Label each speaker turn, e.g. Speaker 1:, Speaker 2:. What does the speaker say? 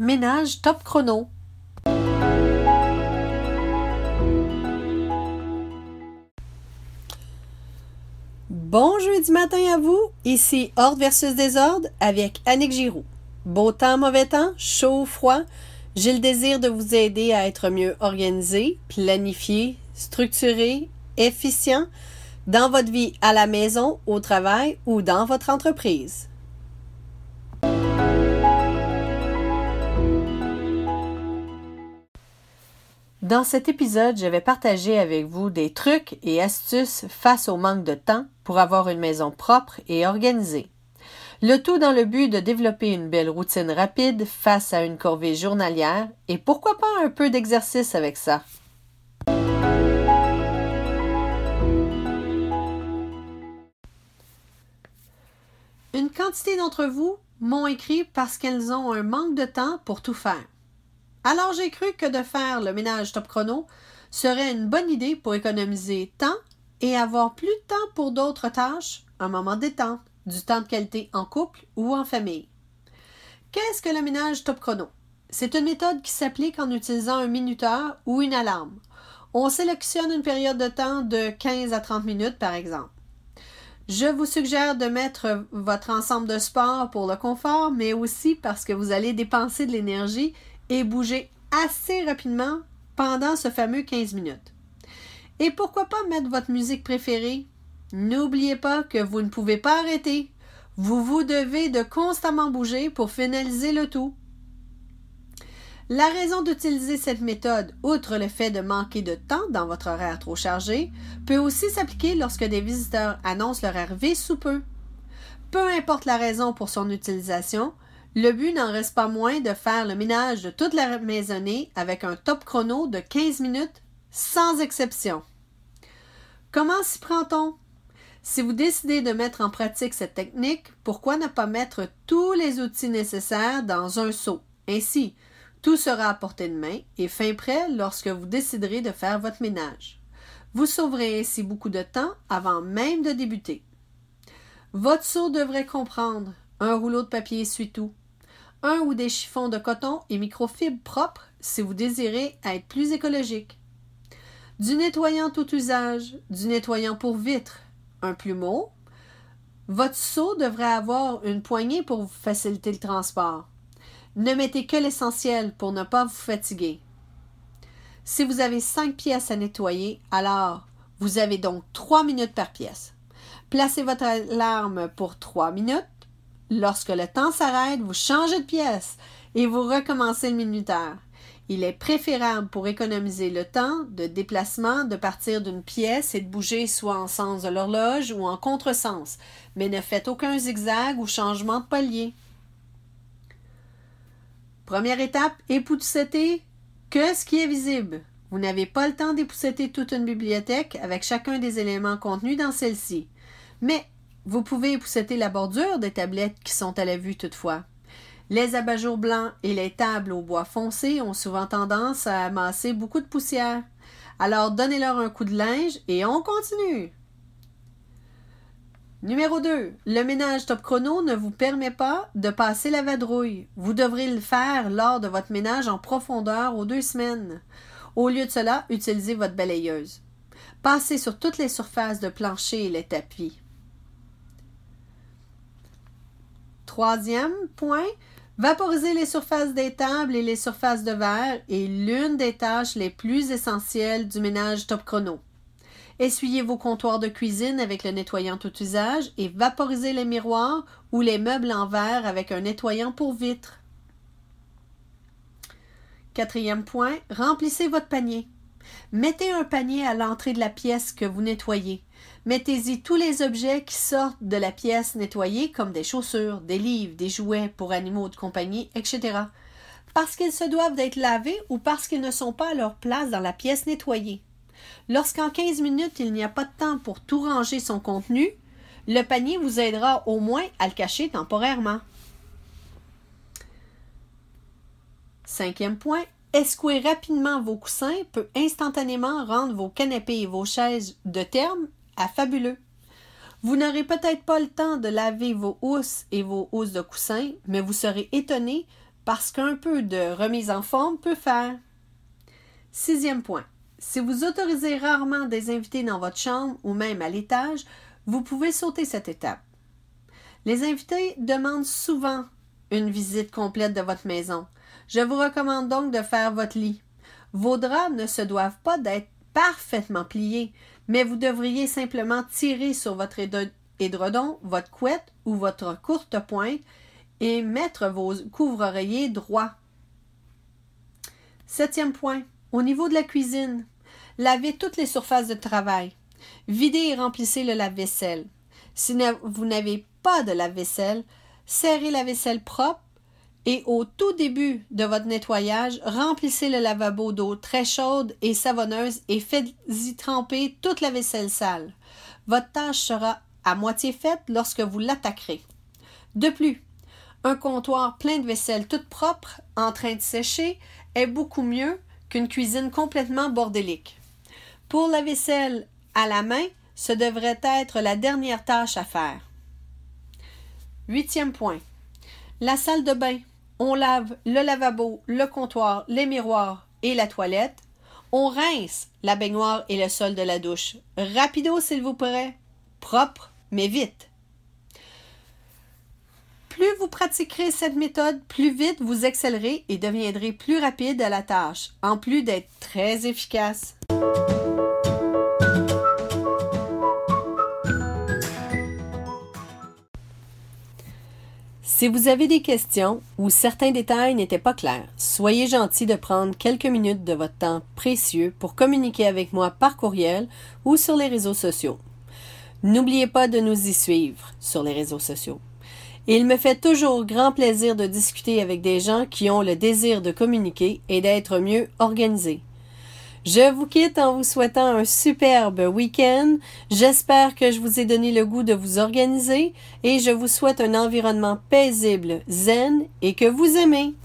Speaker 1: Ménage Top Chrono. Bon jeudi matin à vous, ici Ordre versus Désordre avec Annick Giroux. Beau temps, mauvais temps, chaud, froid, j'ai le désir de vous aider à être mieux organisé, planifié, structuré, efficient dans votre vie à la maison, au travail ou dans votre entreprise. Dans cet épisode, je vais partager avec vous des trucs et astuces face au manque de temps pour avoir une maison propre et organisée. Le tout dans le but de développer une belle routine rapide face à une corvée journalière et pourquoi pas un peu d'exercice avec ça. Une quantité d'entre vous m'ont écrit parce qu'elles ont un manque de temps pour tout faire. Alors j'ai cru que de faire le ménage Top Chrono serait une bonne idée pour économiser temps et avoir plus de temps pour d'autres tâches, un moment de détente, du temps de qualité en couple ou en famille. Qu'est-ce que le ménage Top Chrono? C'est une méthode qui s'applique en utilisant un minuteur ou une alarme. On sélectionne une période de temps de 15 à 30 minutes par exemple. Je vous suggère de mettre votre ensemble de sport pour le confort, mais aussi parce que vous allez dépenser de l'énergie et bouger assez rapidement pendant ce fameux 15 minutes. Et pourquoi pas mettre votre musique préférée? N'oubliez pas que vous ne pouvez pas arrêter. Vous devez de constamment bouger pour finaliser le tout. La raison d'utiliser cette méthode, outre le fait de manquer de temps dans votre horaire trop chargé, peut aussi s'appliquer lorsque des visiteurs annoncent leur arrivée sous peu. Peu importe la raison pour son utilisation, le but n'en reste pas moins de faire le ménage de toute la maisonnée avec un top chrono de 15 minutes, sans exception. Comment s'y prend-on? Si vous décidez de mettre en pratique cette technique, pourquoi ne pas mettre tous les outils nécessaires dans un seau? Ainsi, tout sera à portée de main et fin prêt lorsque vous déciderez de faire votre ménage. Vous sauverez ainsi beaucoup de temps avant même de débuter. Votre seau devrait comprendre un rouleau de papier essuie-tout, un ou des chiffons de coton et microfibres propres si vous désirez être plus écologique, du nettoyant tout usage, du nettoyant pour vitres, un plumeau. Votre seau devrait avoir une poignée pour vous faciliter le transport. Ne mettez que l'essentiel pour ne pas vous fatiguer. Si vous avez 5 pièces à nettoyer, alors vous avez donc 3 minutes par pièce. Placez votre alarme pour 3 minutes. Lorsque le temps s'arrête, vous changez de pièce et vous recommencez le minuteur. Il est préférable pour économiser le temps de déplacement de partir d'une pièce et de bouger soit en sens de l'horloge ou en contresens, mais ne faites aucun zigzag ou changement de palier. Première étape, épousseter que ce qui est visible. Vous n'avez pas le temps d'épousseter toute une bibliothèque avec chacun des éléments contenus dans celle-ci. Mais vous pouvez épousseter la bordure des tablettes qui sont à la vue toutefois. Les abat-jours blancs et les tables au bois foncé ont souvent tendance à amasser beaucoup de poussière. Alors donnez-leur un coup de linge et on continue. Numéro 2. Le ménage Top Chrono ne vous permet pas de passer la vadrouille. Vous devrez le faire lors de votre ménage en profondeur aux 2 semaines. Au lieu de cela, utilisez votre balayeuse. Passez sur toutes les surfaces de plancher et les tapis. Troisième point, vaporiser les surfaces des tables et les surfaces de verre est l'une des tâches les plus essentielles du ménage Top Chrono. Essuyez vos comptoirs de cuisine avec le nettoyant tout usage et vaporisez les miroirs ou les meubles en verre avec un nettoyant pour vitres. Quatrième point, remplissez votre panier. Mettez un panier à l'entrée de la pièce que vous nettoyez. Mettez-y tous les objets qui sortent de la pièce nettoyée comme des chaussures, des livres, des jouets pour animaux de compagnie, etc. Parce qu'ils se doivent d'être lavés ou parce qu'ils ne sont pas à leur place dans la pièce nettoyée. Lorsqu'en 15 minutes, il n'y a pas de temps pour tout ranger son contenu, le panier vous aidera au moins à le cacher temporairement. Cinquième point, escouer rapidement vos coussins peut instantanément rendre vos canapés et vos chaises de terme à fabuleux. Vous n'aurez peut-être pas le temps de laver vos housses et vos housses de coussins, mais vous serez étonné parce qu'un peu de remise en forme peut faire. 6e point. Si vous autorisez rarement des invités dans votre chambre ou même à l'étage, vous pouvez sauter cette étape. Les invités demandent souvent une visite complète de votre maison. Je vous recommande donc de faire votre lit. Vos draps ne se doivent pas d'être parfaitement pliés, mais vous devriez simplement tirer sur votre édredon, votre couette ou votre courte pointe et mettre vos couvre-oreillers droits. 7e point. Au niveau de la cuisine, lavez toutes les surfaces de travail. Videz et remplissez le lave-vaisselle. Si vous n'avez pas de lave-vaisselle, serrez la vaisselle propre et au tout début de votre nettoyage, remplissez le lavabo d'eau très chaude et savonneuse et faites-y tremper toute la vaisselle sale. Votre tâche sera à moitié faite lorsque vous l'attaquerez. De plus, un comptoir plein de vaisselle toute propre en train de sécher est beaucoup mieux qu'une cuisine complètement bordélique. Pour la vaisselle à la main, ce devrait être la dernière tâche à faire. 8e point. La salle de bain. On lave le lavabo, le comptoir, les miroirs et la toilette. On rince la baignoire et le sol de la douche. Rapido, s'il vous plaît. Propre, mais vite. Plus vous pratiquerez cette méthode, plus vite vous excellerez et deviendrez plus rapide à la tâche, en plus d'être très efficace. Si vous avez des questions ou certains détails n'étaient pas clairs, soyez gentil de prendre quelques minutes de votre temps précieux pour communiquer avec moi par courriel ou sur les réseaux sociaux. N'oubliez pas de nous y suivre sur les réseaux sociaux. Il me fait toujours grand plaisir de discuter avec des gens qui ont le désir de communiquer et d'être mieux organisés. Je vous quitte en vous souhaitant un superbe week-end. J'espère que je vous ai donné le goût de vous organiser et je vous souhaite un environnement paisible, zen et que vous aimez.